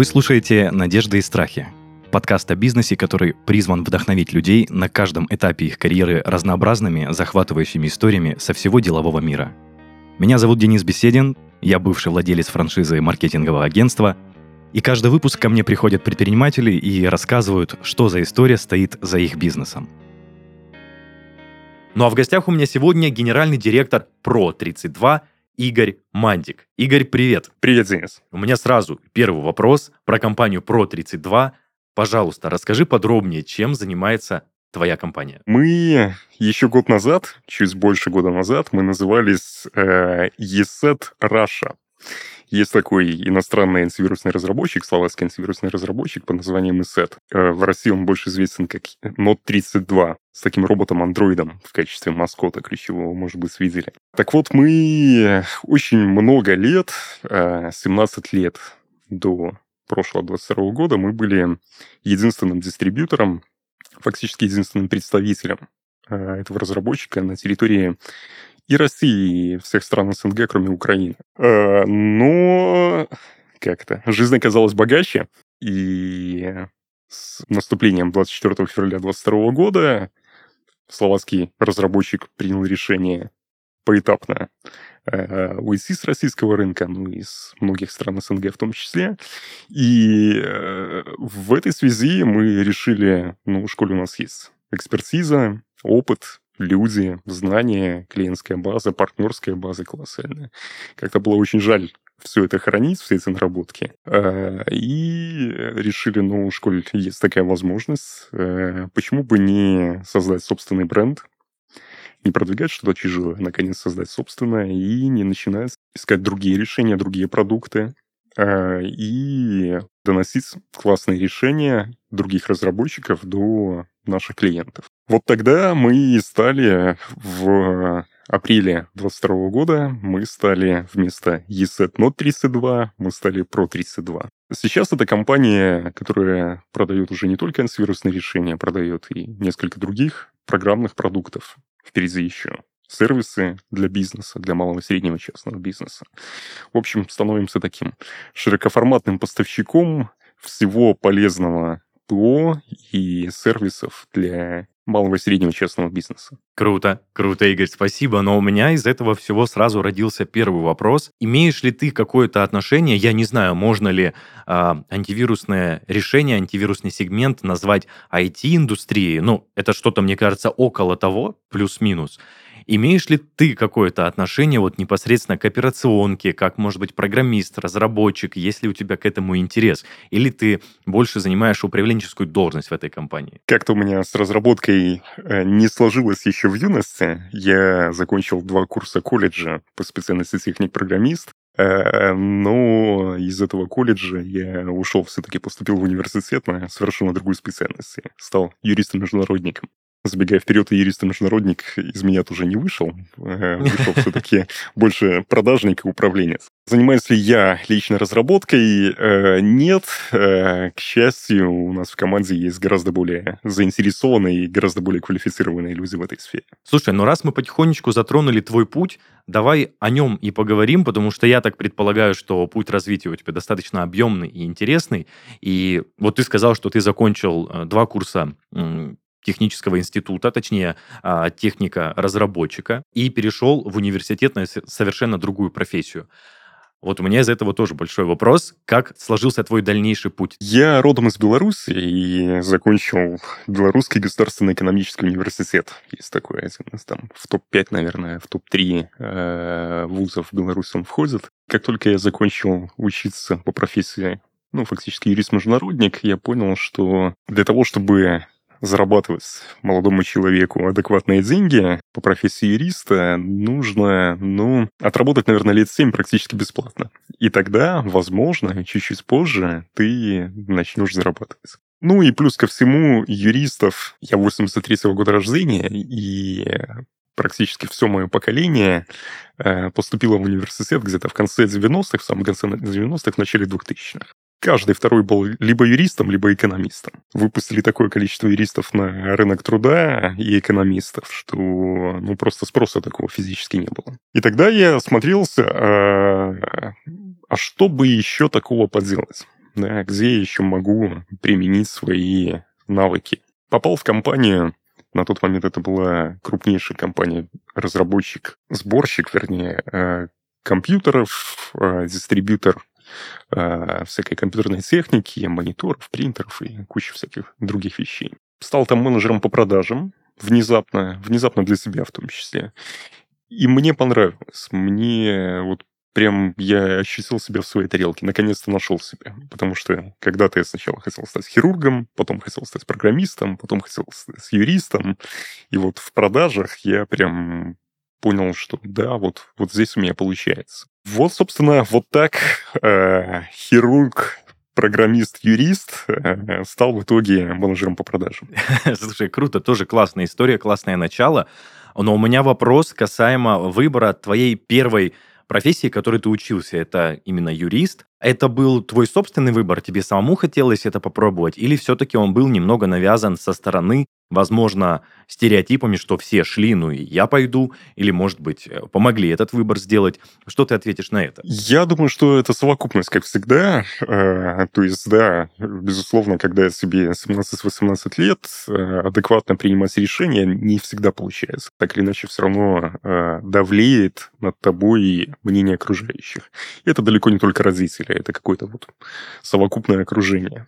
Вы слушаете «Надежды и страхи» — подкаст о бизнесе, который призван вдохновить людей на каждом этапе их карьеры разнообразными, захватывающими историями со всего делового мира. Меня зовут Денис Беседин, я бывший владелец франшизы маркетингового агентства, и каждый выпуск ко мне приходят предприниматели и рассказывают, что за история стоит за их бизнесом. Ну а в гостях у меня сегодня генеральный директор Pro32 Игорь Мандик. Игорь, привет. Привет, Денис. У меня сразу первый вопрос про компанию Pro32. Пожалуйста, расскажи подробнее, чем занимается твоя компания. Мы еще год назад, чуть больше года назад, мы назывались ESET Russia. Есть такой иностранный антивирусный разработчик, словацкий антивирусный разработчик под названием ESET. В России он больше известен как Note32, с таким роботом-андроидом в качестве маскота ключевого, может быть, видели. Так вот, мы очень много лет, 17 лет до прошлого 22 года, мы были единственным дистрибьютором, фактически единственным представителем этого разработчика на территории и России, и всех стран СНГ, кроме Украины. Но как-то жизнь оказалась богаче, и с наступлением 24 февраля 2022 года словацкий разработчик принял решение поэтапно уйти с российского рынка, ну и с многих стран СНГ в том числе. И в этой связи мы решили, ну, в школе у нас есть экспертиза, опыт, люди, знания, клиентская база, партнерская база колоссальная. Как-то было очень жаль все это хранить, все эти наработки. И решили, ну, в школе есть такая возможность, почему бы не создать собственный бренд, не продвигать что-то чужое, наконец создать собственное, и не начинать искать другие решения, другие продукты, и доносить классные решения других разработчиков до наших клиентов. Вот тогда мы стали в апреле 2022 года, мы стали вместо ESET Note32, мы стали Pro32. Сейчас это компания, которая продает уже не только антивирусные решения, продает и несколько других программных продуктов. Впереди еще сервисы для бизнеса, для малого и среднего частного бизнеса. В общем, становимся таким широкоформатным поставщиком всего полезного ПО и сервисов для малого и среднего частного бизнеса. Круто, Игорь, спасибо. Но у меня из этого всего сразу родился первый вопрос. Имеешь ли ты какое-то отношение, я не знаю, можно ли антивирусное решение, антивирусный сегмент назвать IT-индустрией? Ну, это что-то, мне кажется, около того, плюс-минус. Имеешь ли ты какое-то отношение вот непосредственно к операционке, как, может быть, программист, разработчик, есть ли у тебя к этому интерес? Или ты больше занимаешь управленческую должность в этой компании? Как-то у меня с разработкой не сложилось еще в юности. Я закончил 2 курса колледжа по специальности техник-программист. Но из этого колледжа я ушел, все-таки поступил в университет на совершенно другую специальность. Я стал юристом-международником. Забегая вперед, и юрист-международник из меня тоже не вышел. Вышел все-таки больше продажник и управленец. Занимаюсь ли я лично разработкой? Нет. К счастью, у нас в команде есть гораздо более заинтересованные и гораздо более квалифицированные люди в этой сфере. Слушай, ну раз мы потихонечку затронули твой путь, давай о нем и поговорим, потому что я так предполагаю, что путь развития у тебя достаточно объемный и интересный. И вот ты сказал, что ты закончил 2 курса технического института, точнее, техника-разработчика, и перешел в университет на совершенно другую профессию. Вот у меня из этого тоже большой вопрос. Как сложился твой дальнейший путь? Я родом из Беларуси и закончил Белорусский государственный экономический университет. Есть такой один из там в топ-5, наверное, в топ-3 вузов в Беларуси он входит. Как только я закончил учиться по профессии, ну, фактически юрист-международник, я понял, что для того, чтобы зарабатывать молодому человеку адекватные деньги по профессии юриста, нужно, отработать, наверное, лет 7 практически бесплатно. И тогда, возможно, чуть-чуть позже ты начнешь зарабатывать. Ну и плюс ко всему, юристов, я 83-го года рождения, и практически все мое поколение поступило в университет где-то в конце 90-х, в самом конце 90-х, в начале 2000-х. Каждый второй был либо юристом, либо экономистом. Выпустили такое количество юристов на рынок труда и экономистов, что просто спроса такого физически не было. И тогда я осмотрелся, а что бы еще такого поделать? да, где я еще могу применить свои навыки. Попал в компанию, на тот момент это была крупнейшая компания, сборщик, вернее, компьютеров, дистрибьютор всякой компьютерной техники, мониторов, принтеров и куча всяких других вещей. Стал там менеджером по продажам, внезапно для себя в том числе. И мне понравилось. Мне вот прям я ощутил себя в своей тарелке. Наконец-то нашел себя. Потому что когда-то я сначала хотел стать хирургом, потом хотел стать программистом, потом хотел стать юристом. И вот в продажах я прям понял, что да, вот здесь у меня получается. Вот, собственно, вот так хирург, программист, юрист стал в итоге менеджером по продажам. Слушай, круто, тоже классная история, классное начало. Но у меня вопрос касаемо выбора твоей первой профессии, которой ты учился. Это именно юрист. Это был твой собственный выбор? Тебе самому хотелось это попробовать? Или все-таки он был немного навязан со стороны, возможно, стереотипами, что все шли, ну и я пойду? Или, может быть, помогли этот выбор сделать? Что ты ответишь на это? Я думаю, что это совокупность, как всегда. То есть, да, безусловно, когда тебе 17-18 лет, адекватно принимать решения не всегда получается. Так или иначе, все равно давлеет над тобой мнение окружающих. И это далеко не только родители, это какое-то вот совокупное окружение.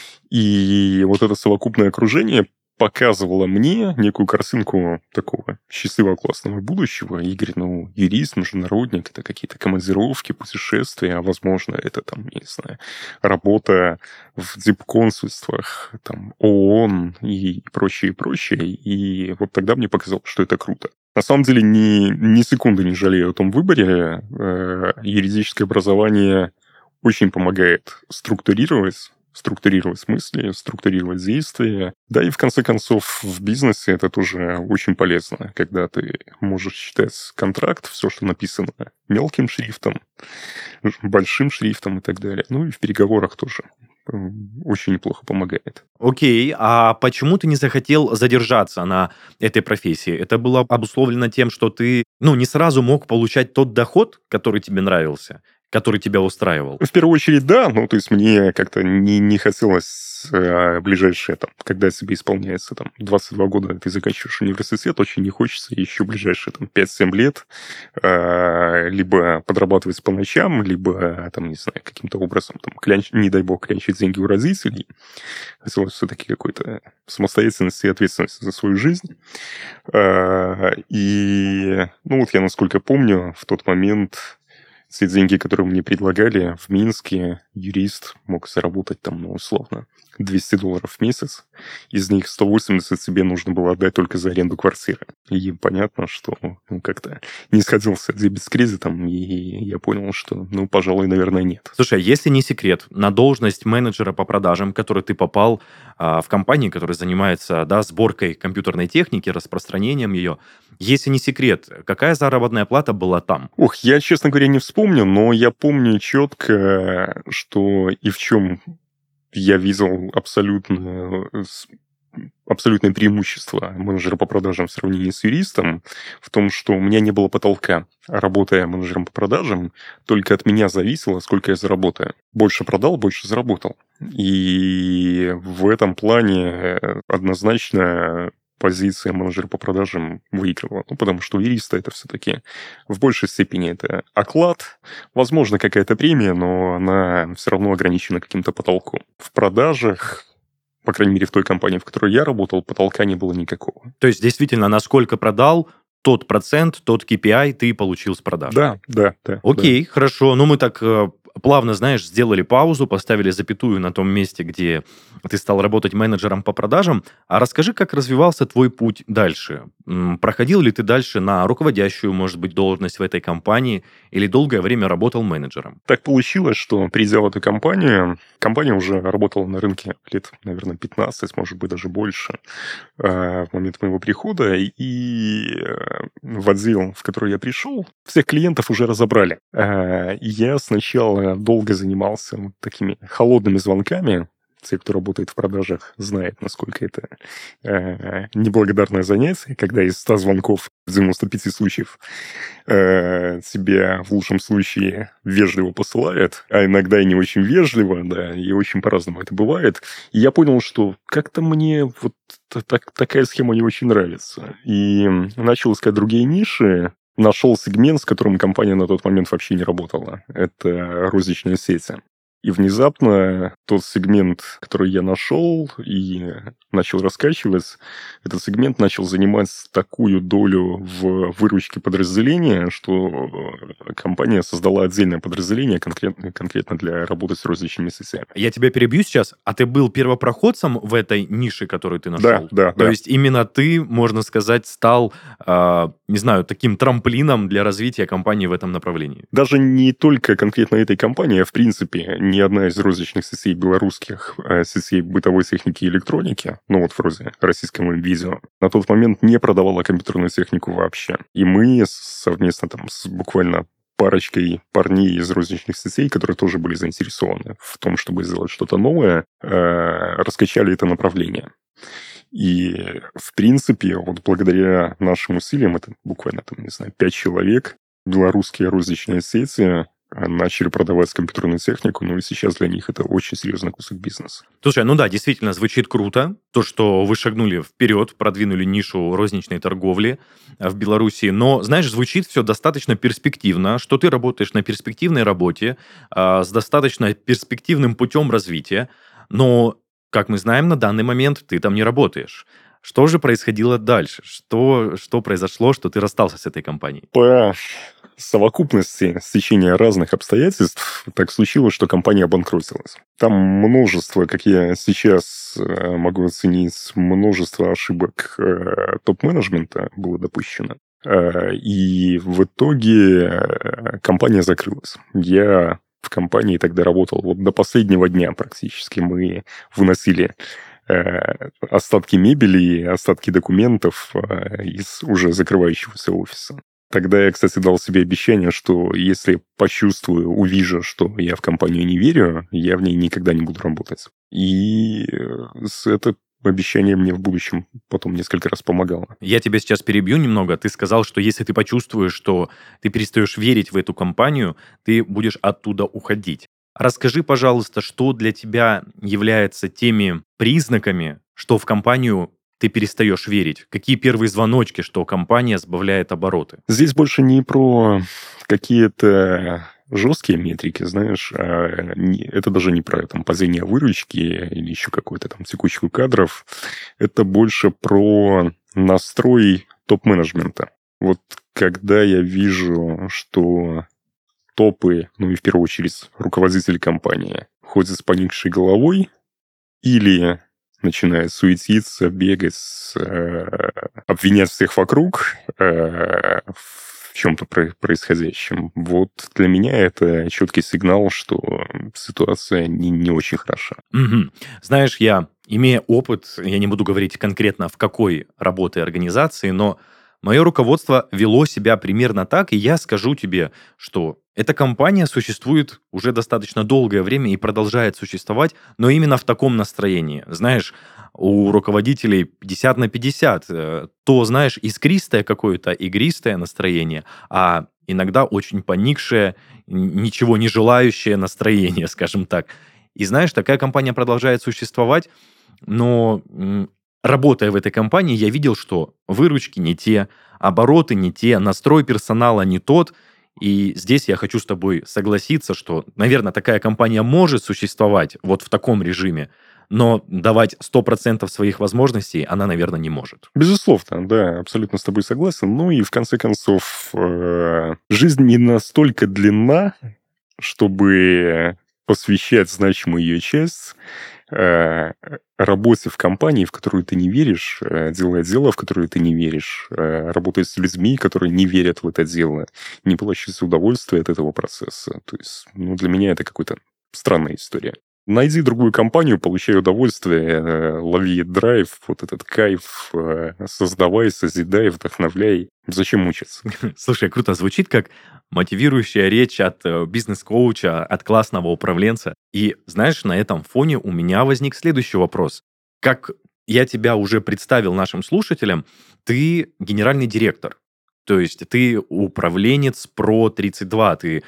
И вот это совокупное окружение показывала мне некую картинку такого счастливого, классного будущего. И говорит, ну, юрист, международник, это какие-то командировки, путешествия, а возможно, это там, я не знаю, работа в дипконсульствах, там, ООН и прочее, и прочее. И вот тогда мне показалось, что это круто. На самом деле, ни секунды не жалею о том выборе. Юридическое образование очень помогает структурировать мысли, структурировать действия. Да, и в конце концов в бизнесе это тоже очень полезно, когда ты можешь читать контракт, все, что написано мелким шрифтом, большим шрифтом и так далее. Ну и в переговорах тоже очень неплохо помогает. Окей, а почему ты не захотел задержаться на этой профессии? Это было обусловлено тем, что ты, не сразу мог получать тот доход, который тебе нравился, который тебя устраивал? В первую очередь, да. То есть мне как-то не хотелось ближайшее, когда тебе исполняется 22 года, ты заканчиваешь университет, очень не хочется еще ближайшие 5-7 лет либо подрабатывать по ночам, либо, не знаю, каким-то образом, не дай бог, клянчить деньги у родителей. Хотелось все-таки какой-то самостоятельности и ответственности за свою жизнь. И, я, насколько помню, в тот момент все деньги, которые мне предлагали в Минске, юрист мог заработать условно, $200 в месяц. Из них 180 себе нужно было отдать только за аренду квартиры. И понятно, что как-то не сходился дебет с кредитом, и я понял, что, пожалуй, наверное, нет. Слушай, а если не секрет, на должность менеджера по продажам, в который ты попал в компании, которая занимается сборкой компьютерной техники, распространением ее, если не секрет, какая заработная плата была там? Я, честно говоря, не вспомню, но я помню четко, что и в чем я видел абсолютное преимущество менеджера по продажам в сравнении с юристом в том, что у меня не было потолка. Работая менеджером по продажам, только от меня зависело, сколько я заработаю. Больше продал, больше заработал. И в этом плане однозначно позиция менеджера по продажам выигрывала. Потому что у юриста это все-таки в большей степени это оклад, возможно, какая-то премия, но она все равно ограничена каким-то потолком. В продажах, по крайней мере, в той компании, в которой я работал, потолка не было никакого. То есть, действительно, насколько продал, тот процент, тот KPI ты получил с продаж? Да. Окей, хорошо. Мы так плавно, сделали паузу, поставили запятую на том месте, где ты стал работать менеджером по продажам. А расскажи, как развивался твой путь дальше? Проходил ли ты дальше на руководящую, может быть, должность в этой компании или долгое время работал менеджером? Так получилось, что придя в эту компанию, компания уже работала на рынке лет, наверное, 15, может быть, даже больше в момент моего прихода. И в отдел, в который я пришел, всех клиентов уже разобрали. Я сначала долго занимался такими холодными звонками те, кто работает в продажах, знают, насколько это неблагодарное занятие, когда из 100 звонков в 95 случаев тебя в лучшем случае вежливо посылают, а иногда и не очень вежливо, да, и очень по-разному это бывает. И я понял, что как-то мне вот такая схема не очень нравится. И начал искать другие ниши, нашел сегмент, с которым компания на тот момент вообще не работала. Это розничные сети. И внезапно тот сегмент, который я нашел и начал раскачивать, этот сегмент начал занимать такую долю в выручке подразделения, что компания создала отдельное подразделение конкретно для работы с розничными сетями. Я тебя перебью сейчас. А ты был первопроходцем в этой нише, которую ты нашел? Да. То есть именно ты, можно сказать, стал, не знаю, таким трамплином для развития компании в этом направлении? Даже не только конкретно этой компании, а в принципе ни одна из розничных сетей белорусских, сетей бытовой техники и электроники, ну вот вроде российскому видео, на тот момент не продавала компьютерную технику вообще. И мы совместно там с буквально парочкой парней из розничных сетей, которые тоже были заинтересованы в том, чтобы сделать что-то новое, раскачали это направление. И, в принципе, вот благодаря нашим усилиям, это буквально, там, не знаю, 5 человек, белорусские розничные сети начали продавать компьютерную технику, ну и сейчас для них это очень серьезный кусок бизнеса. Слушай, ну да, действительно, звучит круто, то, что вы шагнули вперед, продвинули нишу розничной торговли в Беларуси, но, знаешь, звучит все достаточно перспективно, что ты работаешь на перспективной работе, с достаточно перспективным путем развития, но, как мы знаем, на данный момент ты там не работаешь. Что же происходило дальше? Что произошло, что ты расстался с этой компанией? По совокупности стечения разных обстоятельств так случилось, что компания обанкротилась. Там множество, как я сейчас могу оценить, множество ошибок топ-менеджмента было допущено. И в итоге компания закрылась. Я в компании тогда работал вот до последнего дня практически. Мы выносили остатки мебели и остатки документов из уже закрывающегося офиса. Тогда я, кстати, дал себе обещание, что если почувствую, увижу, что я в компанию не верю, я в ней никогда не буду работать. И это обещание мне в будущем потом несколько раз помогало. Я тебя сейчас перебью немного. Ты сказал, что если ты почувствуешь, что ты перестаешь верить в эту компанию, ты будешь оттуда уходить. Расскажи, пожалуйста, что для тебя является теми признаками, что в компанию ты перестаешь верить? Какие первые звоночки, что компания сбавляет обороты? Здесь больше не про какие-то жесткие метрики, знаешь, это даже не про там, падение выручки или еще какую-то там текучку кадров. Это больше про настрой топ-менеджмента. Вот когда я вижу, что топы, ну и в первую очередь руководители компании, ходят с поникшей головой или начинает суетиться, бегать, обвинять всех вокруг в чем-то происходящем. Вот для меня это четкий сигнал, что ситуация не очень хороша. Угу. Знаешь, я, имея опыт, я не буду говорить конкретно в какой работе организации, но мое руководство вело себя примерно так, и я скажу тебе, что эта компания существует уже достаточно долгое время и продолжает существовать, но именно в таком настроении. Знаешь, у руководителей 50 на 50. То, знаешь, искристое какое-то, игристое настроение, а иногда очень поникшее, ничего не желающее настроение, скажем так. И знаешь, такая компания продолжает существовать, но работая в этой компании, я видел, что выручки не те, обороты не те, настрой персонала не тот. И здесь я хочу с тобой согласиться, что, наверное, такая компания может существовать вот в таком режиме, но давать 100% своих возможностей она, наверное, не может. Безусловно, да, абсолютно с тобой согласен. Ну и в конце концов, жизнь не настолько длинна, чтобы посвящать значимую ее часть работе в компании, в которую ты не веришь, делая дело, в которое ты не веришь, работая с людьми, которые не верят в это дело, не получить удовольствие от этого процесса. То есть, ну, для меня это какая-то странная история. Найди другую компанию, получай удовольствие, лови драйв, вот этот кайф, создавай, созидай, вдохновляй. Зачем мучиться? Слушай, круто звучит, как мотивирующая речь от бизнес-коуча, от классного управленца. И знаешь, на этом фоне у меня возник следующий вопрос. Как я тебя уже представил нашим слушателям, ты генеральный директор. То есть ты управленец Про-32, ты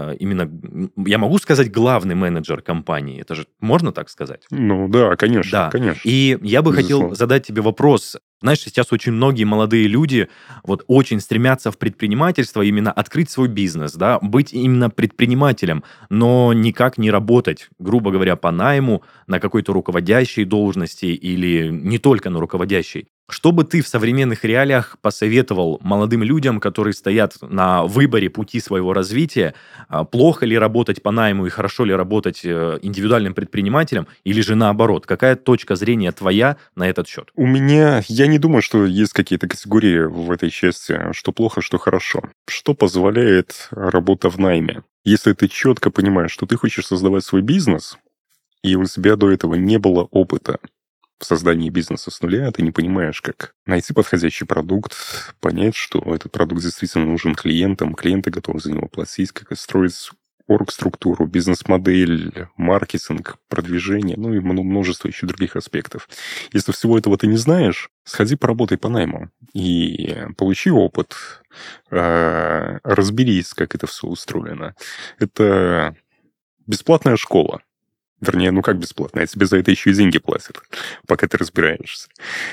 я могу сказать, главный менеджер компании. Это же можно так сказать? Ну да, конечно, Да. конечно, И я бы хотел безусловно. задать тебе вопрос. Знаешь, сейчас очень многие молодые люди вот очень стремятся в предпринимательство, именно открыть свой бизнес, да, быть именно предпринимателем, но никак не работать, грубо говоря, по найму на какой-то руководящей должности или не только на руководящей. Что бы ты в современных реалиях посоветовал молодым людям, которые стоят на выборе пути своего развития, плохо ли работать по найму и хорошо ли работать индивидуальным предпринимателем, или же наоборот? Какая точка зрения твоя на этот счет? Я не думаю, что есть какие-то категории в этой части, что плохо, что хорошо. Что позволяет работа в найме? Если ты четко понимаешь, что ты хочешь создавать свой бизнес, и у тебя до этого не было опыта в создании бизнеса с нуля, ты не понимаешь, как найти подходящий продукт, понять, что этот продукт действительно нужен клиентам, клиенты готовы за него платить, как строить оргструктуру, бизнес-модель, маркетинг, продвижение, ну и множество еще других аспектов. Если всего этого ты не знаешь, сходи поработай по найму и получи опыт, разберись, как это все устроено. Это бесплатная школа. Вернее, ну как бесплатная? Тебе за это еще и деньги платят, пока ты разбираешься.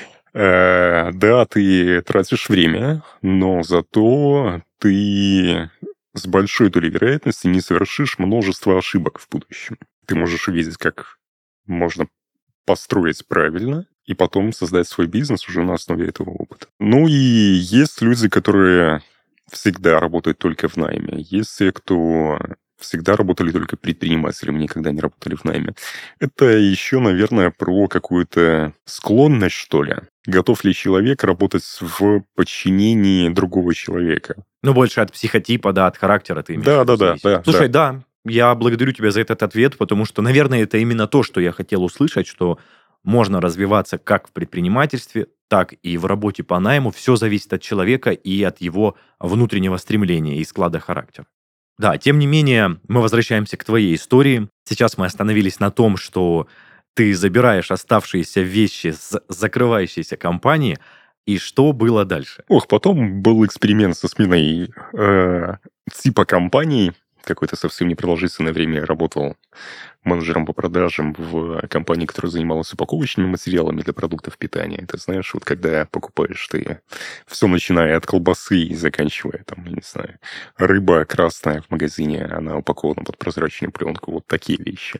Да, ты тратишь время, но зато ты с большой долей вероятности не совершишь множество ошибок в будущем. Ты можешь увидеть, как можно построить правильно и потом создать свой бизнес уже на основе этого опыта. Ну и есть люди, которые всегда работают только в найме. Есть те, кто всегда работали только предпринимателями, никогда не работали в найме. Это еще, наверное, про какую-то склонность, что ли. Готов ли человек работать в подчинении другого человека? Ну, больше от психотипа, да, от характера ты имеешь в виду зависит. Да. Слушай, да, я благодарю тебя за этот ответ, потому что, наверное, это именно то, что я хотел услышать, что можно развиваться как в предпринимательстве, так и в работе по найму. Все зависит от человека и от его внутреннего стремления и склада характера. Да, тем не менее, мы возвращаемся к твоей истории. Сейчас мы остановились на том, что ты забираешь оставшиеся вещи с закрывающейся компании, и что было дальше? Потом был эксперимент со сменой типа компании. Какое-то совсем непродолжительное время я работал менеджером по продажам в компании, которая занималась упаковочными материалами для продуктов питания. Это, знаешь, вот когда покупаешь ты все, начиная от колбасы и заканчивая, там, не знаю, рыба красная в магазине, она упакована под прозрачную пленку. Вот такие вещи.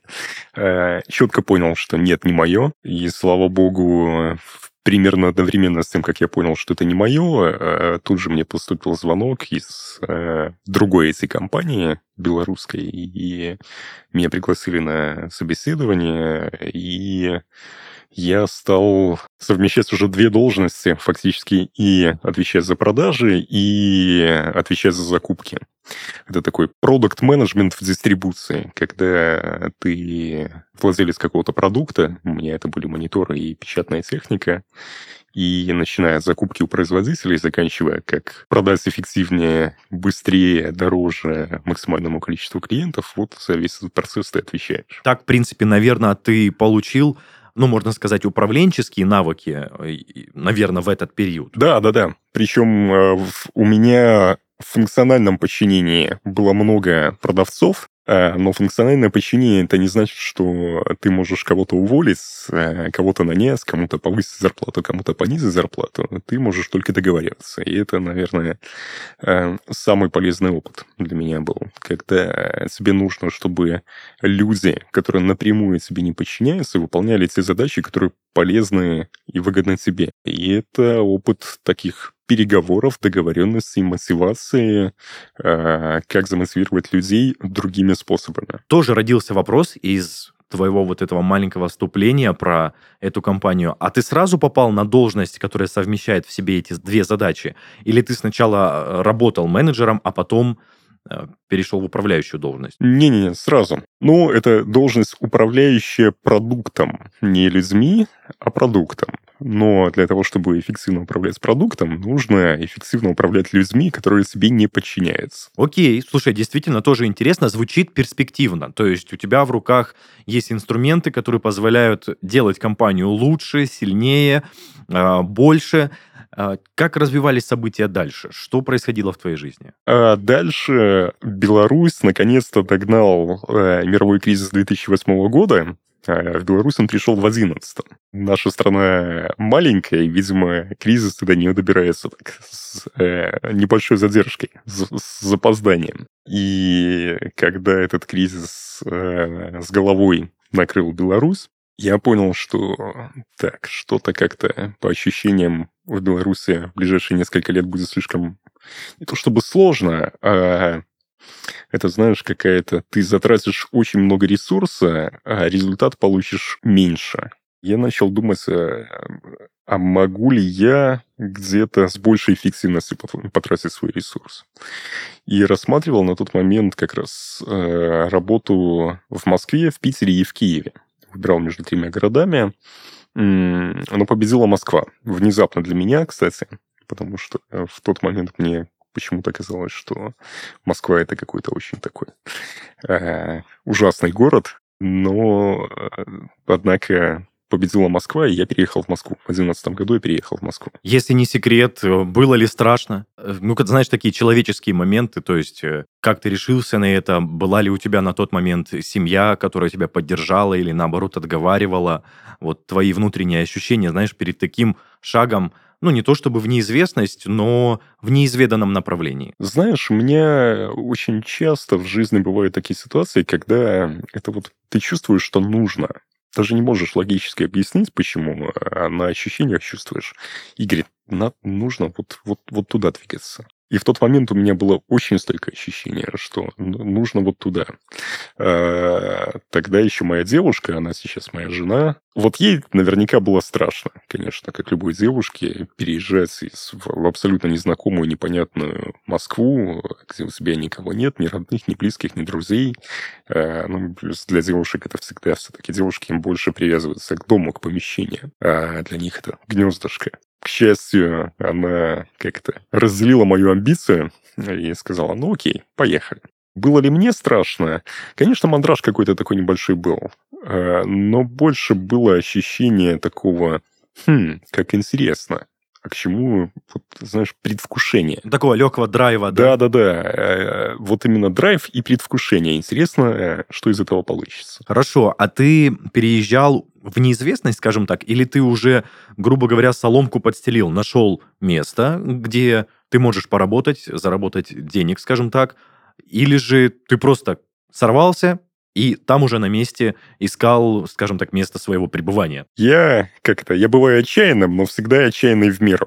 Четко понял, что нет, не мое. И, слава богу, примерно одновременно с тем, как я понял, что это не мое, тут же мне поступил звонок из другой этой компании, белорусской, и меня пригласили на собеседование, и я стал совмещать уже две должности, фактически и отвечать за продажи, и отвечать за закупки. Это такой продукт-менеджмент в дистрибуции, когда ты владелец какого-то продукта, у меня это были мониторы и печатная техника, и начиная от закупки у производителей, заканчивая, как продать эффективнее, быстрее, дороже максимальному количеству клиентов, вот за весь этот процесс ты отвечаешь. Так, в принципе, наверное, ты получил, ну, можно сказать, управленческие навыки, наверное, в этот период. Да. Причем у меня в функциональном подчинении было много продавцов, но функциональное подчинение — это не значит, что ты можешь кого-то уволить, кого-то нанять, кому-то повысить зарплату, кому-то понизить зарплату. Ты можешь только договариваться. И это, наверное, самый полезный опыт для меня был. Когда тебе нужно, чтобы люди, которые напрямую тебе не подчиняются, выполняли те задачи, которые полезны и выгодны тебе. И это опыт таких переговоров, договоренностей, мотивации, как замотивировать людей другими способами. Тоже родился вопрос из твоего вот этого маленького вступления про эту компанию. А ты сразу попал на должность, которая совмещает в себе эти две задачи? Или ты сначала работал менеджером, а потом перешел в управляющую должность? Не-не, сразу. Ну, это должность, управляющая продуктом. Не людьми, а продуктом. Но для того, чтобы эффективно управлять продуктом, нужно эффективно управлять людьми, которые тебе не подчиняются. Окей, слушай, действительно тоже интересно, звучит перспективно. То есть у тебя в руках есть инструменты, которые позволяют делать компанию лучше, сильнее, больше. Как развивались события дальше? Что происходило в твоей жизни? А дальше Беларусь наконец-то догнал мировой кризис 2008 года. В Беларусь он пришел в 2011. Наша страна маленькая, и, видимо, кризис туда не добирается так, с небольшой задержкой, с запозданием. И когда этот кризис с головой накрыл Беларусь, я понял, что так, что-то как-то по ощущениям в Беларуси в ближайшие несколько лет будет слишком не то чтобы сложно, а это, знаешь, какая-то... Ты затратишь очень много ресурса, а результат получишь меньше. Я начал думать, а могу ли я где-то с большей эффективностью потратить свой ресурс? И рассматривал на тот момент как раз работу в Москве, в Питере и в Киеве. Выбирал между 3 городами, но победила Москва. Внезапно для меня, кстати, потому что в тот момент мне почему-то казалось, что Москва это какой-то очень такой ужасный город, но, однако, победила Москва, и я переехал в Москву. В 2011 году я переехал в Москву. Если не секрет, было ли страшно? Ну, как знаешь, такие человеческие моменты, то есть как ты решился на это? Была ли у тебя на тот момент семья, которая тебя поддержала или, наоборот, отговаривала? Вот твои внутренние ощущения, знаешь, перед таким шагом, ну, не то чтобы в неизвестность, но в неизведанном направлении. Знаешь, у меня очень часто в жизни бывают такие ситуации, когда это вот ты чувствуешь, что нужно. Даже не можешь логически объяснить, почему, а на ощущениях чувствуешь. И говорит, нужно вот туда двигаться. И в тот момент у меня было очень стойкое ощущение, что нужно вот туда. Тогда еще моя девушка, она сейчас моя жена, вот ей наверняка было страшно, конечно, как любой девушке, переезжать в абсолютно незнакомую, непонятную Москву, где у тебя никого нет, ни родных, ни близких, ни друзей. Ну, плюс для девушек это всегда все-таки девушки им больше привязываются к дому, к помещению. А для них это гнездышко. К счастью, она как-то разделила мою амбицию и сказала, ну окей, поехали. Было ли мне страшно? Конечно, мандраж какой-то такой небольшой был. Но больше было ощущение такого, как интересно. А к чему, вот, знаешь, предвкушение. Такого легкого драйва, да? Да-да-да. Вот именно драйв и предвкушение. Интересно, что из этого получится. Хорошо, а ты переезжал в неизвестность, скажем так, или ты уже, грубо говоря, соломку подстелил, нашел место, где ты можешь поработать, заработать денег, скажем так, или же ты просто сорвался и там уже на месте искал, скажем так, место своего пребывания? Я бываю отчаянным, но всегда отчаянный в меру.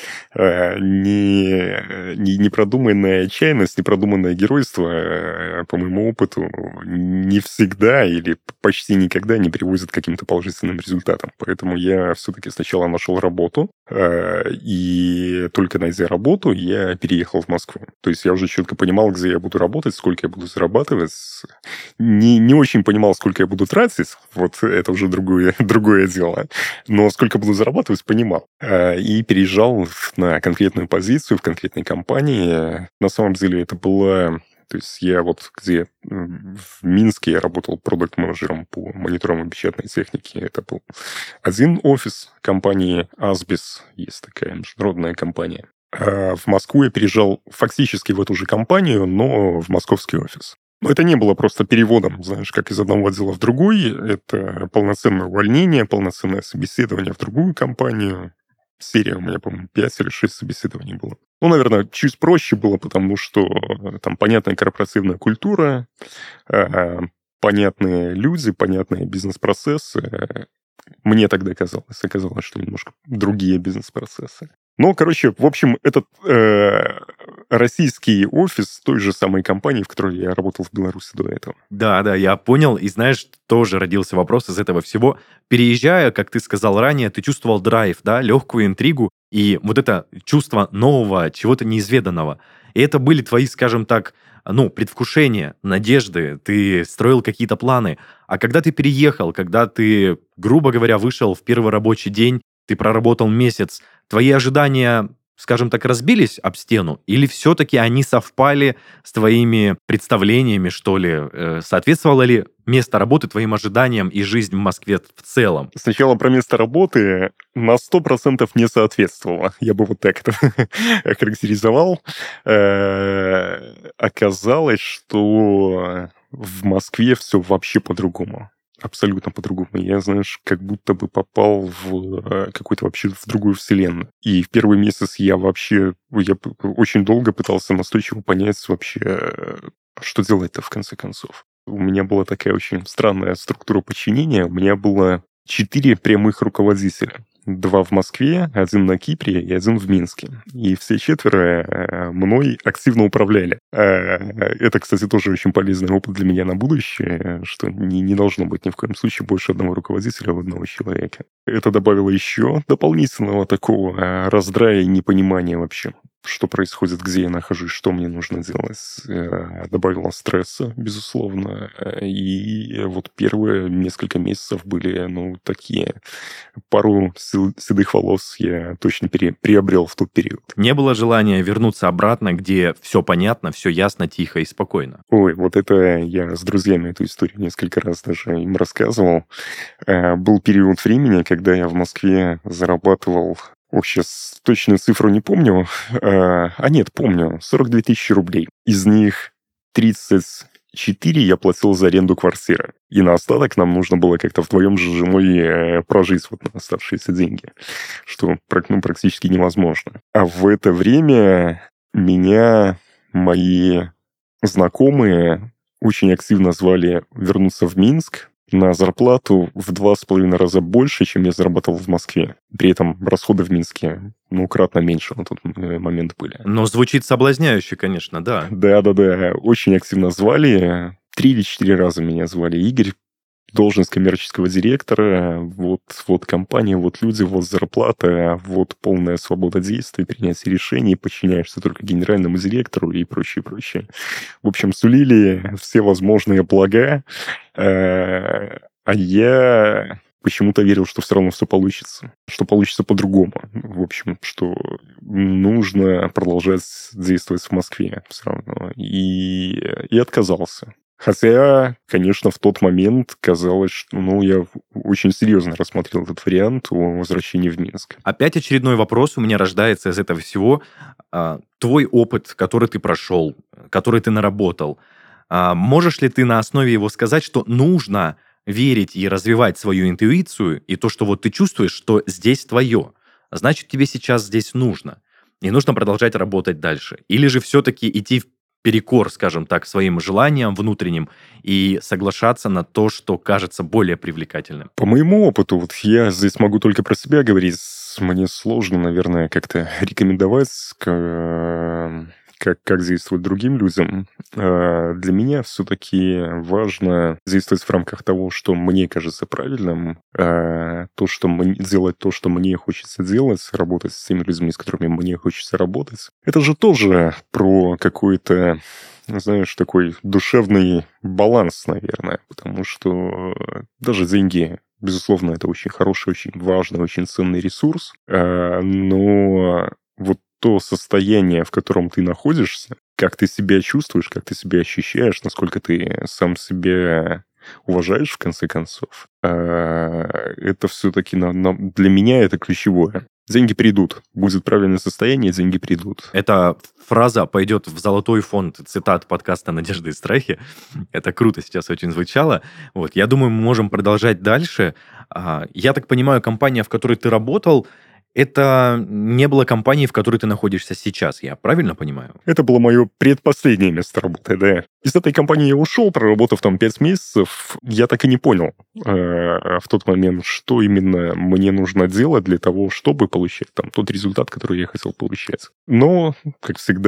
Непродуманная отчаянность, непродуманное геройство, по моему опыту, не всегда или почти никогда не приводит к каким-то положительным результатам. Поэтому я все-таки сначала нашел работу, и только найдя работу, я переехал в Москву. То есть я уже четко понимал, где я буду работать, сколько я буду зарабатывать. Не очень понимал, сколько я буду тратить, вот это уже другое дело. Но сколько буду зарабатывать, понимал. И переезжал на конкретную позицию в конкретной компании. На самом деле это было... То есть я вот где в Минске я работал продакт-менеджером по мониторам печатной техники. Это был один офис компании Asbis, есть такая международная компания. А в Москву я переезжал фактически в эту же компанию, но в московский офис. Но это не было просто переводом, знаешь, как из одного отдела в другой. Это полноценное увольнение, полноценное собеседование в другую компанию. Серия у меня, по-моему, 5 или 6 собеседований было. Ну, наверное, чуть проще было, потому что там понятная корпоративная культура, понятные люди, понятные бизнес-процессы. Мне тогда оказалось, что немножко другие бизнес-процессы. Ну, короче, в общем, этот российский офис той же самой компании, в которой я работал в Беларуси до этого. Да, я понял. И знаешь, тоже родился вопрос из этого всего. Переезжая, как ты сказал ранее, ты чувствовал драйв, да, легкую интригу. И вот это чувство нового, чего-то неизведанного. И это были твои, скажем так, предвкушения, надежды, ты строил какие-то планы. А когда ты переехал, когда ты, грубо говоря, вышел в первый рабочий день, ты проработал месяц, твои ожидания, скажем так, разбились об стену? Или все-таки они совпали с твоими представлениями, что ли? Соответствовало ли место работы твоим ожиданиям и жизнь в Москве в целом? Сначала про место работы на 100% не соответствовало. Я бы вот так это охарактеризовал. Оказалось, что в Москве все вообще по-другому. Абсолютно по-другому. Я, знаешь, как будто бы попал в какую-то вообще в другую вселенную. И в первый месяц я очень долго пытался настойчиво понять вообще, что делать-то в конце концов. У меня была такая очень странная структура подчинения. У меня было 4 прямых руководителя. 2 в Москве, 1 на Кипре и 1 в Минске. И все 4 мной активно управляли. Это, кстати, тоже очень полезный опыт для меня на будущее, что не должно быть ни в коем случае больше одного руководителя у одного человека. Это добавило еще дополнительного такого раздрая и непонимания вообще, что происходит, где я нахожусь, что мне нужно делать. Добавило стресса, безусловно. И вот первые несколько месяцев были, такие. Пару седых волос я точно приобрел в тот период. Не было желания вернуться обратно, где все понятно, все ясно, тихо и спокойно? Ой, вот это я с друзьями эту историю несколько раз даже им рассказывал. Был период времени, когда я в Москве зарабатывал... сейчас точную цифру не помню. Нет, помню. 42 тысячи рублей. Из них 34 я платил за аренду квартиры. И на остаток нам нужно было как-то вдвоем с женой прожить вот на оставшиеся деньги, что практически невозможно. А в это время меня мои знакомые очень активно звали вернуться в Минск на зарплату в 2,5 раза больше, чем я зарабатывал в Москве. При этом расходы в Минске, кратно меньше на тот момент были. Но звучит соблазняюще, конечно, да. Да. Очень активно звали. 3 или 4 раза меня звали. Игорь, должность коммерческого директора, вот компания, вот люди, вот зарплата, вот полная свобода действий, принятия решений, подчиняешься только генеральному директору и прочее. В общем, сулили все возможные блага, а я почему-то верил, что все равно все получится, что получится по-другому. В общем, что нужно продолжать действовать в Москве все равно. И отказался. Хотя, конечно, в тот момент казалось, что я очень серьезно рассмотрел этот вариант о возвращении в Минск. Опять очередной вопрос у меня рождается из этого всего. Твой опыт, который ты прошел, который ты наработал, можешь ли ты на основе его сказать, что нужно верить и развивать свою интуицию, и то, что вот ты чувствуешь, что здесь твое, значит, тебе сейчас здесь нужно, и нужно продолжать работать дальше? Или же все-таки идти перекор, скажем так, своим желаниям внутренним и соглашаться на то, что кажется более привлекательным? По моему опыту, я здесь могу только про себя говорить, мне сложно, наверное, как-то рекомендовать, как действовать другим людям. Для меня все-таки важно действовать в рамках того, что мне кажется правильным, делать то, что мне хочется делать, работать с теми людьми, с которыми мне хочется работать. Это же тоже про какой-то, знаешь, такой душевный баланс, наверное, потому что даже деньги, безусловно, это очень хороший, очень важный, очень ценный ресурс, но вот то состояние, в котором ты находишься, как ты себя чувствуешь, как ты себя ощущаешь, насколько ты сам себя уважаешь, в конце концов, это все-таки для меня это ключевое. Деньги придут. Будет правильное состояние, деньги придут. Эта фраза пойдет в золотой фонд цитат подкаста «Надежды и страхи». Это круто сейчас очень звучало. Я думаю, мы можем продолжать дальше. Я так понимаю, компания, в которой ты работал, это не было компанией, в которой ты находишься сейчас, я правильно понимаю? Это было мое предпоследнее место работы, да. Из этой компании я ушел, проработав там 5 месяцев. Я так и не понял в тот момент, что именно мне нужно делать для того, чтобы получать тот результат, который я хотел получать. Но, как всегда,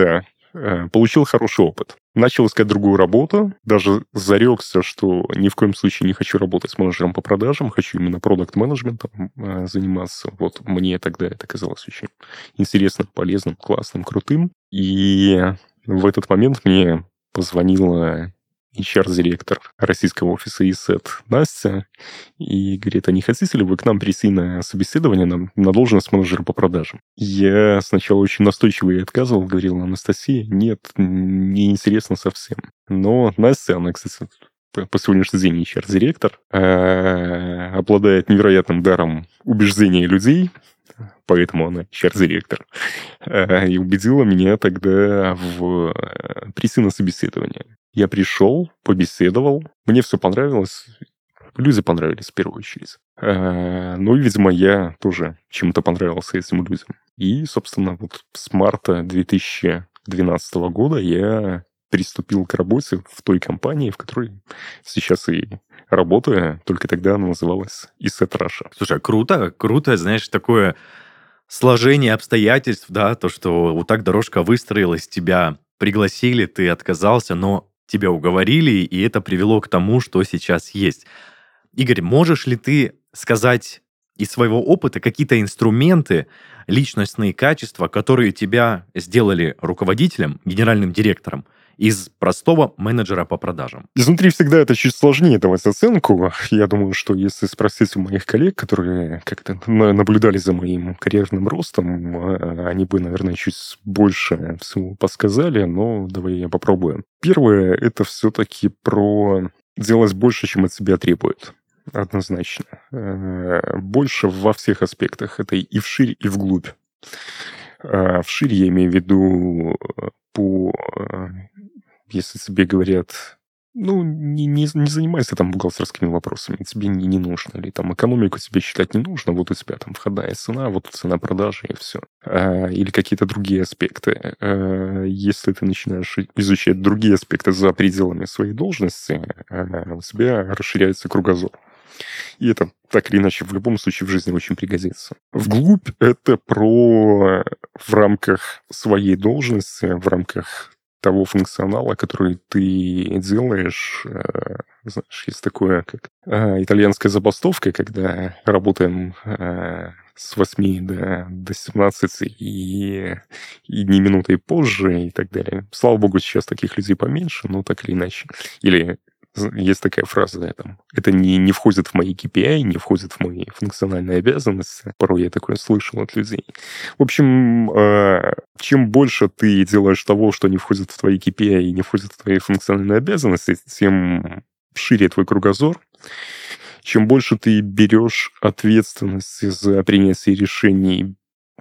Получил хороший опыт. Начал искать другую работу, даже зарекся, что ни в коем случае не хочу работать с менеджером по продажам, хочу именно продакт-менеджментом заниматься. Вот мне тогда это казалось очень интересным, полезным, классным, крутым. И в этот момент мне позвонила HR-директор российского офиса ESET Настя и говорит: а не хотите ли вы к нам прийти на собеседование на должность менеджера по продажам? Я сначала очень настойчиво ей отказывал, говорил: Анастасия, нет, неинтересно совсем. Но Настя, она, кстати, по сегодняшний день HR-директор, обладает невероятным даром убеждения людей, поэтому она HR-директор, и убедила меня тогда прийти на собеседование. Я пришел, побеседовал, мне все понравилось, люди понравились в первую очередь. Ну и, видимо, я тоже чем-то понравился этим людям. И, собственно, вот с марта 2012 года я приступил к работе в той компании, в которой сейчас и работаю, только тогда она называлась ESET Russia. Слушай, круто, знаешь, такое сложение обстоятельств, да, то, что вот так дорожка выстроилась, тебя пригласили, ты отказался, но тебя уговорили, и это привело к тому, что сейчас есть. Игорь, можешь ли ты сказать из своего опыта какие-то инструменты, личностные качества, которые тебя сделали руководителем, генеральным директором, из простого менеджера по продажам? Изнутри всегда это чуть сложнее давать оценку. Я думаю, что если спросить у моих коллег, которые как-то наблюдали за моим карьерным ростом, они бы, наверное, чуть больше всего подсказали, но давай я попробую. Первое, это все-таки про делать больше, чем от себя требует. Однозначно. Больше во всех аспектах. Это и вширь, и вглубь. Вширь я имею в виду если тебе говорят, не занимайся там бухгалтерскими вопросами, тебе не нужно, или там экономику тебе считать не нужно, вот у тебя там входная цена, вот цена продажи, и все. Или какие-то другие аспекты. Если ты начинаешь изучать другие аспекты за пределами своей должности, у тебя расширяется кругозор. И это так или иначе в любом случае в жизни очень пригодится. Вглубь это в рамках своей должности, в рамках того функционала, который ты делаешь. Знаешь, есть такое, как итальянская забастовка, когда работаем с 8 до 17 и ни минутой позже и так далее. Слава богу, сейчас таких людей поменьше, но так или иначе. Или есть такая фраза, да, там, это не входит в мои KPI, не входит в мои функциональные обязанности. Порой я такое слышал от людей. В общем, чем больше ты делаешь того, что не входит в твои KPI и не входит в твои функциональные обязанности, тем шире твой кругозор. Чем больше ты берешь ответственности за принятие решений,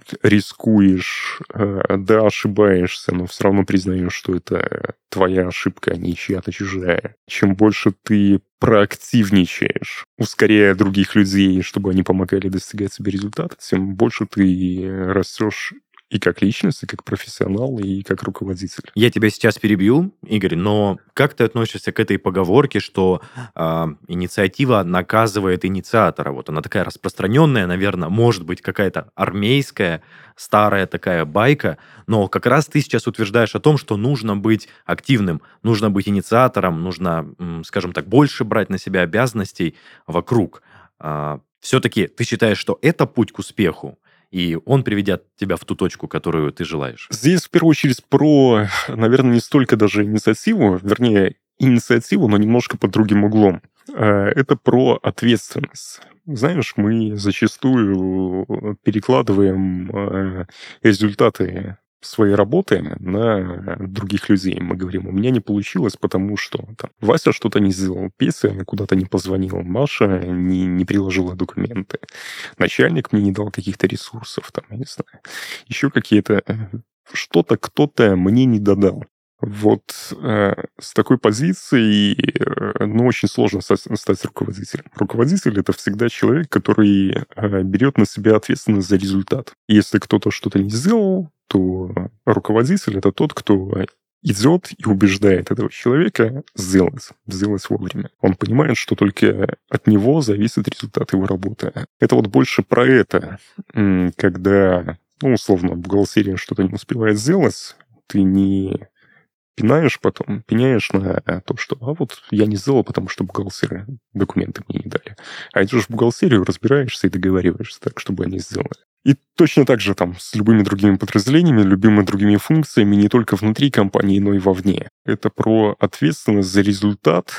рискуешь, да, ошибаешься, но все равно признаешь, что это твоя ошибка, а не чья-то чужая. Чем больше ты проактивничаешь, ускоряя других людей, чтобы они помогали достигать себе результата, тем больше ты растешь и как личность, и как профессионал, и как руководитель. Я тебя сейчас перебью, Игорь, но как ты относишься к этой поговорке, что инициатива наказывает инициатора? Вот она такая распространенная, наверное, может быть какая-то армейская, старая такая байка, но как раз ты сейчас утверждаешь о том, что нужно быть активным, нужно быть инициатором, нужно, скажем так, больше брать на себя обязанностей вокруг. Все-таки ты считаешь, что это путь к успеху? И он приведет тебя в ту точку, которую ты желаешь. Здесь, в первую очередь, про, наверное, не столько даже инициативу, вернее, инициативу, но немножко под другим углом. Это про ответственность. Знаешь, мы зачастую перекладываем результаты своей работы на других людей. Мы говорим, у меня не получилось, потому что там, Вася что-то не сделал, Петя куда-то не позвонил, Маша не приложила документы, начальник мне не дал каких-то ресурсов, там, я не знаю, еще какие-то что-то кто-то мне не додал. Вот с такой позиции, очень сложно стать руководителем. Руководитель — это всегда человек, который берет на себя ответственность за результат. Если кто-то что-то не сделал, то руководитель — это тот, кто идет и убеждает этого человека сделать вовремя. Он понимает, что только от него зависит результат его работы. Это вот больше про это, когда, условно, бухгалтерия что-то не успевает сделать, ты не пеняешь на то, что вот я не сделал, потому что бухгалтеры документы мне не дали. А идешь в бухгалтерию, разбираешься и договариваешься так, чтобы они сделали. И точно так же там с любыми другими подразделениями, любыми другими функциями, не только внутри компании, но и вовне. Это про ответственность за результат.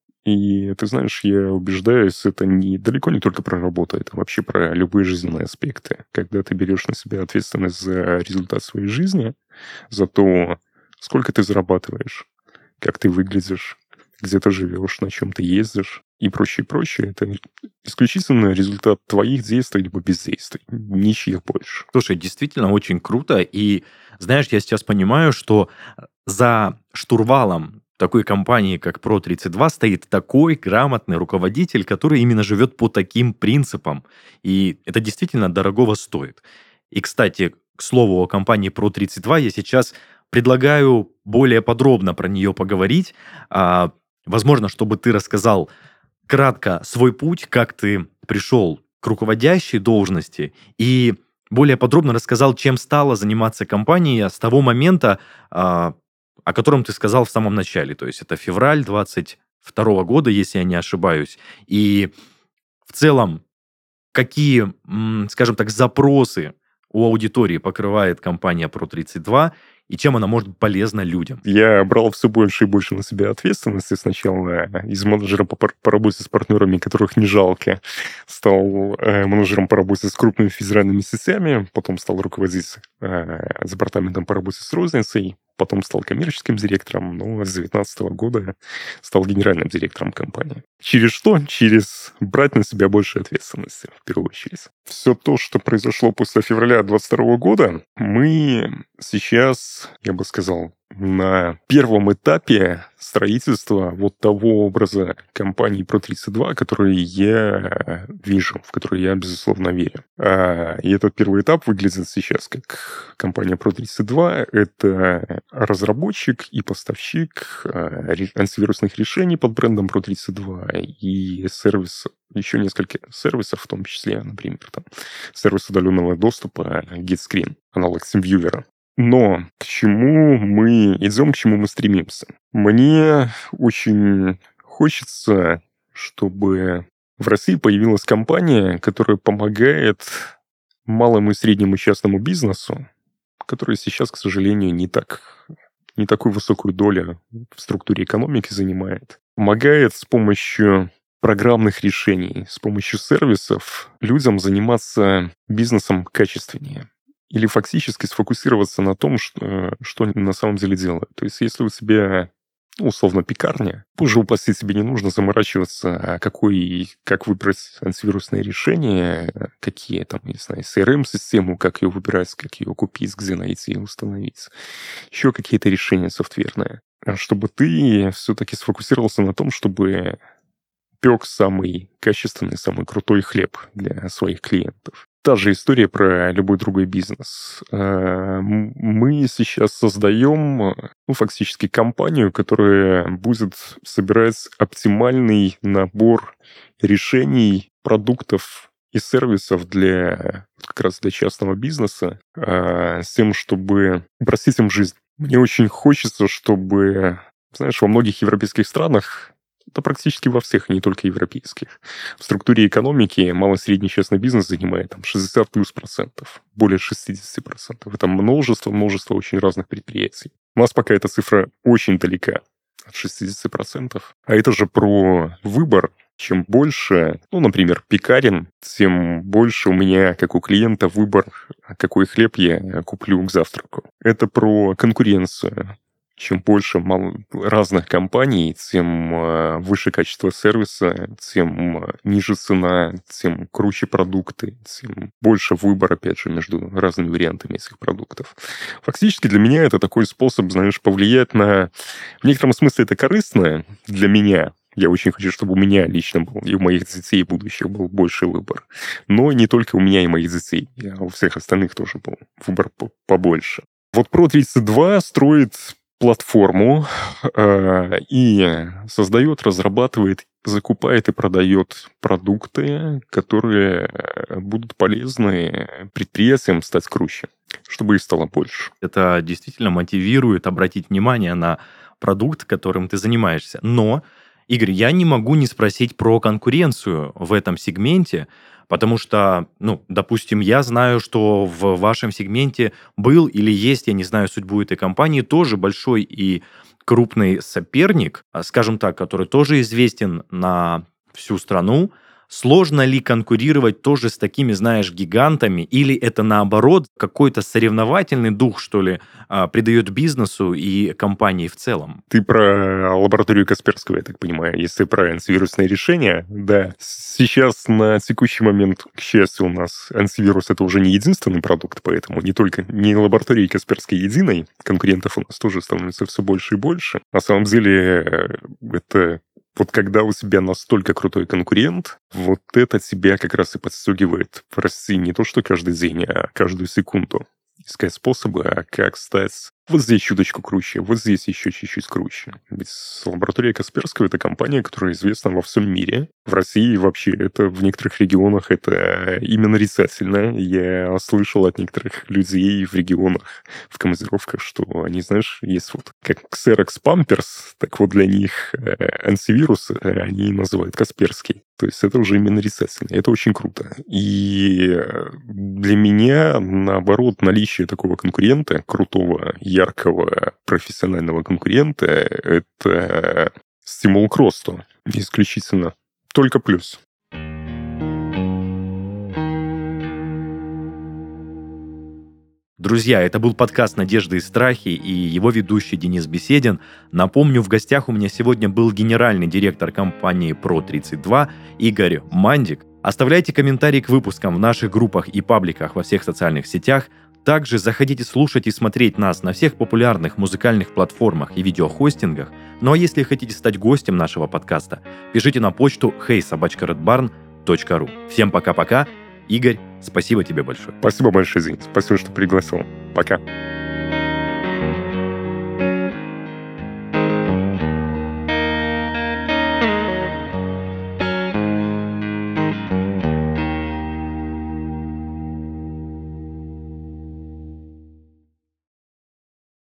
И ты знаешь, я убеждаюсь, это далеко не только про работу, это вообще про любые жизненные аспекты. Когда ты берешь на себя ответственность за результат своей жизни, за то, сколько ты зарабатываешь, как ты выглядишь, где ты живешь, на чем ты ездишь и прочее, это исключительно результат твоих действий либо бездействий, ничьих больше. Слушай, действительно очень круто. И, знаешь, я сейчас понимаю, что за штурвалом такой компании, как Pro32, стоит такой грамотный руководитель, который именно живет по таким принципам. И это действительно дорогого стоит. И, кстати, к слову о компании Pro32, я сейчас предлагаю более подробно про нее поговорить. Возможно, чтобы ты рассказал кратко свой путь, как ты пришел к руководящей должности, и более подробно рассказал, чем стала заниматься компания с того момента, о котором ты сказал в самом начале. То есть это февраль 22 года, если я не ошибаюсь. И в целом, какие, скажем так, запросы у аудитории покрывает компания Pro32, и чем она может быть полезна людям? Я брал все больше и больше на себя ответственности. Сначала из менеджера по работе с партнерами, которых не жалко, стал менеджером по работе с крупными федеральными сетями, потом стал руководить департаментом по работе с розницей, потом стал коммерческим директором, но с 2019 года стал генеральным директором компании. Через что? Через брать на себя больше ответственности, в первую очередь. Все то, что произошло после февраля 2022 года, мы сейчас, я бы сказал, на первом этапе строительства вот того образа компании Pro32, который я вижу, в который я, безусловно, верю. И этот первый этап выглядит сейчас как компания Pro32. Это разработчик и поставщик антивирусных решений под брендом Pro32 и сервис, еще несколько сервисов, в том числе, например, там, сервис удаленного доступа GetScreen, аналог SimViewer. Но к чему мы идем, к чему мы стремимся? Мне очень хочется, чтобы в России появилась компания, которая помогает малому и среднему частному бизнесу, который сейчас, к сожалению, не такую высокую долю в структуре экономики занимает. Помогает с помощью программных решений, с помощью сервисов людям заниматься бизнесом качественнее. Или фактически сфокусироваться на том, что на самом деле делают. То есть, если у тебя, условно, пекарня, уже упаси тебе не нужно заморачиваться, как выбрать антивирусное решение, какие там, не знаю, CRM-систему, как ее выбирать, как ее купить, где найти и установить. Еще какие-то решения софтверные. Чтобы ты все-таки сфокусировался на том, чтобы пек самый качественный, самый крутой хлеб для своих клиентов. Та же история про любой другой бизнес. Мы сейчас создаем, фактически компанию, которая будет собирать оптимальный набор решений, продуктов и сервисов как раз для частного бизнеса, с тем, чтобы упростить им жизнь. Мне очень хочется, чтобы, знаешь, во многих европейских странах, да практически во всех, не только европейских, в структуре экономики малый и средний частный бизнес занимает там 60+%, более 60%. Это множество очень разных предприятий. У нас пока эта цифра очень далека от 60%. А это же про выбор. Чем больше, например, пекарен, тем больше у меня, как у клиента, выбор, какой хлеб я куплю к завтраку. Это про конкуренцию. Чем больше разных компаний, тем выше качество сервиса, тем ниже цена, тем круче продукты, тем больше выбор, опять же, между разными вариантами этих продуктов. Фактически для меня это такой способ, знаешь, повлиять на... В некотором смысле это корыстно для меня. Я очень хочу, чтобы у меня лично был, и у моих детей будущих был больше выбор. Но не только у меня и моих детей, а у всех остальных тоже был выбор побольше. Вот Pro32 строит платформу и разрабатывает закупает и продает продукты, которые будут полезны предприятиям стать круче, чтобы их стало больше. Это действительно мотивирует обратить внимание на продукт, которым ты занимаешься. Но, Игорь, я не могу не спросить про конкуренцию в этом сегменте, потому что, допустим, я знаю, что в вашем сегменте был или есть, я не знаю судьбу этой компании, тоже большой и крупный соперник, скажем так, который тоже известен на всю страну. Сложно ли конкурировать тоже с такими, знаешь, гигантами? Или это наоборот какой-то соревновательный дух, что ли, придает бизнесу и компании в целом? Ты про лабораторию Касперского, я так понимаю, если про антивирусные решения. Да, сейчас на текущий момент, к счастью, у нас антивирус — это уже не единственный продукт, поэтому не лаборатории Касперской единой, конкурентов у нас тоже становится все больше и больше. На самом деле, это... Вот когда у тебя настолько крутой конкурент, вот это тебя как раз и подстегивает расти не то что каждый день, а каждую секунду. Искать способы, как стать вот здесь чуточку круче, вот здесь еще чуть-чуть круче. Ведь лаборатория Касперского — это компания, которая известна во всем мире. В России вообще это в некоторых регионах это именно нарицательно. Я слышал от некоторых людей в регионах, в командировках, что они, знаешь, есть вот как Xerox Pampers, так вот для них антивирус они называют Касперский. То есть это уже именно нарицательно. Это очень круто. И для меня, наоборот, наличие такого конкурента, крутого, яркого, профессионального конкурента, это стимул к росту. Исключительно. Только плюс. Друзья, это был подкаст «Надежды и страхи» и его ведущий Денис Беседин. Напомню, в гостях у меня сегодня был генеральный директор компании Pro32 Игорь Мандик. Оставляйте комментарии к выпускам в наших группах и пабликах во всех социальных сетях. Также заходите слушать и смотреть нас на всех популярных музыкальных платформах и видеохостингах. Ну а если хотите стать гостем нашего подкаста, пишите на почту hey@redbarn.ru. Всем пока-пока. Игорь, спасибо тебе большое. Спасибо большое, Зин. Спасибо, что пригласил. Пока.